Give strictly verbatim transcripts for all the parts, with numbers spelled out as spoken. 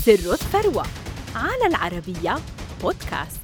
سر الثروة على العربية بودكاست.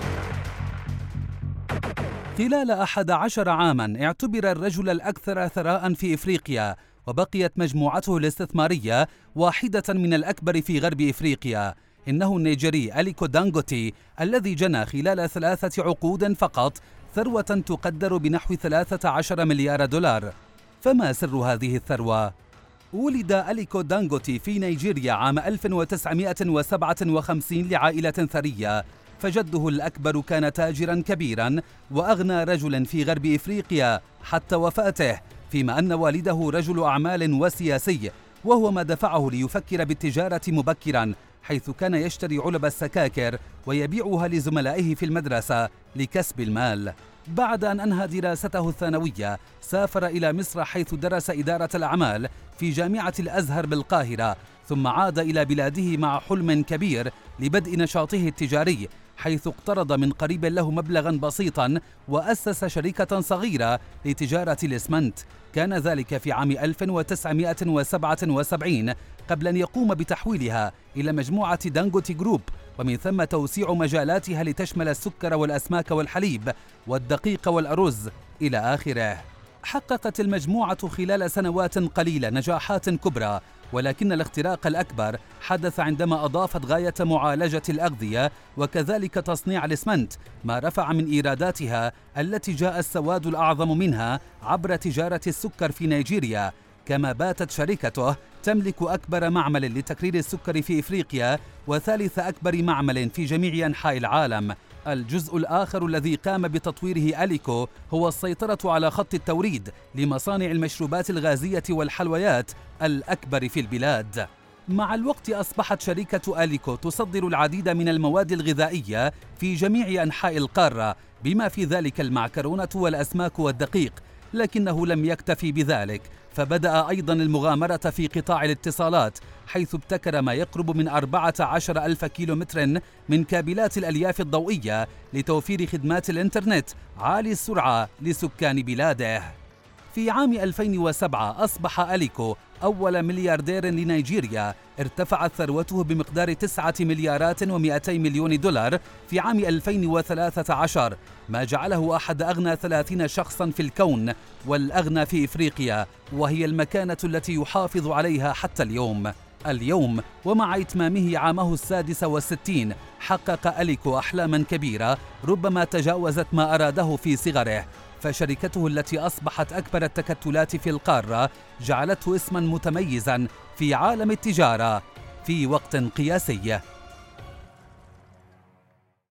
خلال أحد عشر عاماً اعتبر الرجل الأكثر ثراءً في إفريقيا، وبقيت مجموعته الاستثمارية واحدة من الأكبر في غرب إفريقيا. إنه النيجيري أليكو دانغوتي الذي جنى خلال ثلاثة عقود فقط ثروة تقدر بنحو ثلاثة عشر مليار دولار. فما سر هذه الثروة؟ ولد أليكو دانغوتي في نيجيريا عام ألف وتسعمائة وسبعة وخمسين لعائلة ثرية، فجده الأكبر كان تاجراً كبيراً وأغنى رجل في غرب إفريقيا حتى وفاته، فيما أن والده رجل أعمال وسياسي، وهو ما دفعه ليفكر بالتجارة مبكراً، حيث كان يشتري علب السكاكر ويبيعها لزملائه في المدرسة لكسب المال. بعد أن أنهى دراسته الثانوية سافر إلى مصر، حيث درس إدارة الأعمال في جامعة الأزهر بالقاهرة، ثم عاد إلى بلاده مع حلم كبير لبدء نشاطه التجاري، حيث اقترض من قريب له مبلغا بسيطا وأسس شركة صغيرة لتجارة الإسمنت. كان ذلك في عام ألف وتسعمائة وسبعة وسبعين قبل أن يقوم بتحويلها إلى مجموعة دانغوتي جروب، ومن ثم توسيع مجالاتها لتشمل السكر والأسماك والحليب والدقيق والأرز إلى آخره. حققت المجموعة خلال سنوات قليلة نجاحات كبرى، ولكن الاختراق الأكبر حدث عندما أضافت غاية معالجة الأغذية وكذلك تصنيع الإسمنت، ما رفع من إيراداتها التي جاء السواد الأعظم منها عبر تجارة السكر في نيجيريا. كما باتت شركته تملك أكبر معمل لتكرير السكر في إفريقيا وثالث أكبر معمل في جميع أنحاء العالم. الجزء الآخر الذي قام بتطويره أليكو هو السيطرة على خط التوريد لمصانع المشروبات الغازية والحلويات الأكبر في البلاد. مع الوقت أصبحت شركة أليكو تصدر العديد من المواد الغذائية في جميع أنحاء القارة، بما في ذلك المعكرونة والأسماك والدقيق. لكنه لم يكتفي بذلك، فبدأ أيضا المغامرة في قطاع الاتصالات، حيث ابتكر ما يقرب من أربعة عشر ألف كيلومتر من كابلات الألياف الضوئية لتوفير خدمات الإنترنت عالي السرعة لسكان بلاده. في عام ألفين وسبعة أصبح أليكو أول ملياردير لنيجيريا، ارتفعت ثروته بمقدار تسعة مليارات ومئتي مليون دولار في عام ألفين وثلاثة عشر، ما جعله أحد أغنى ثلاثين شخصاً في الكون والأغنى في إفريقيا، وهي المكانة التي يحافظ عليها حتى اليوم. اليوم ومع إتمامه عامه السادس والستين حقق أليكو أحلاما كبيرة ربما تجاوزت ما أراده في صغره، فشركته التي أصبحت أكبر التكتلات في القارة جعلته اسما متميزا في عالم التجارة في وقت قياسي.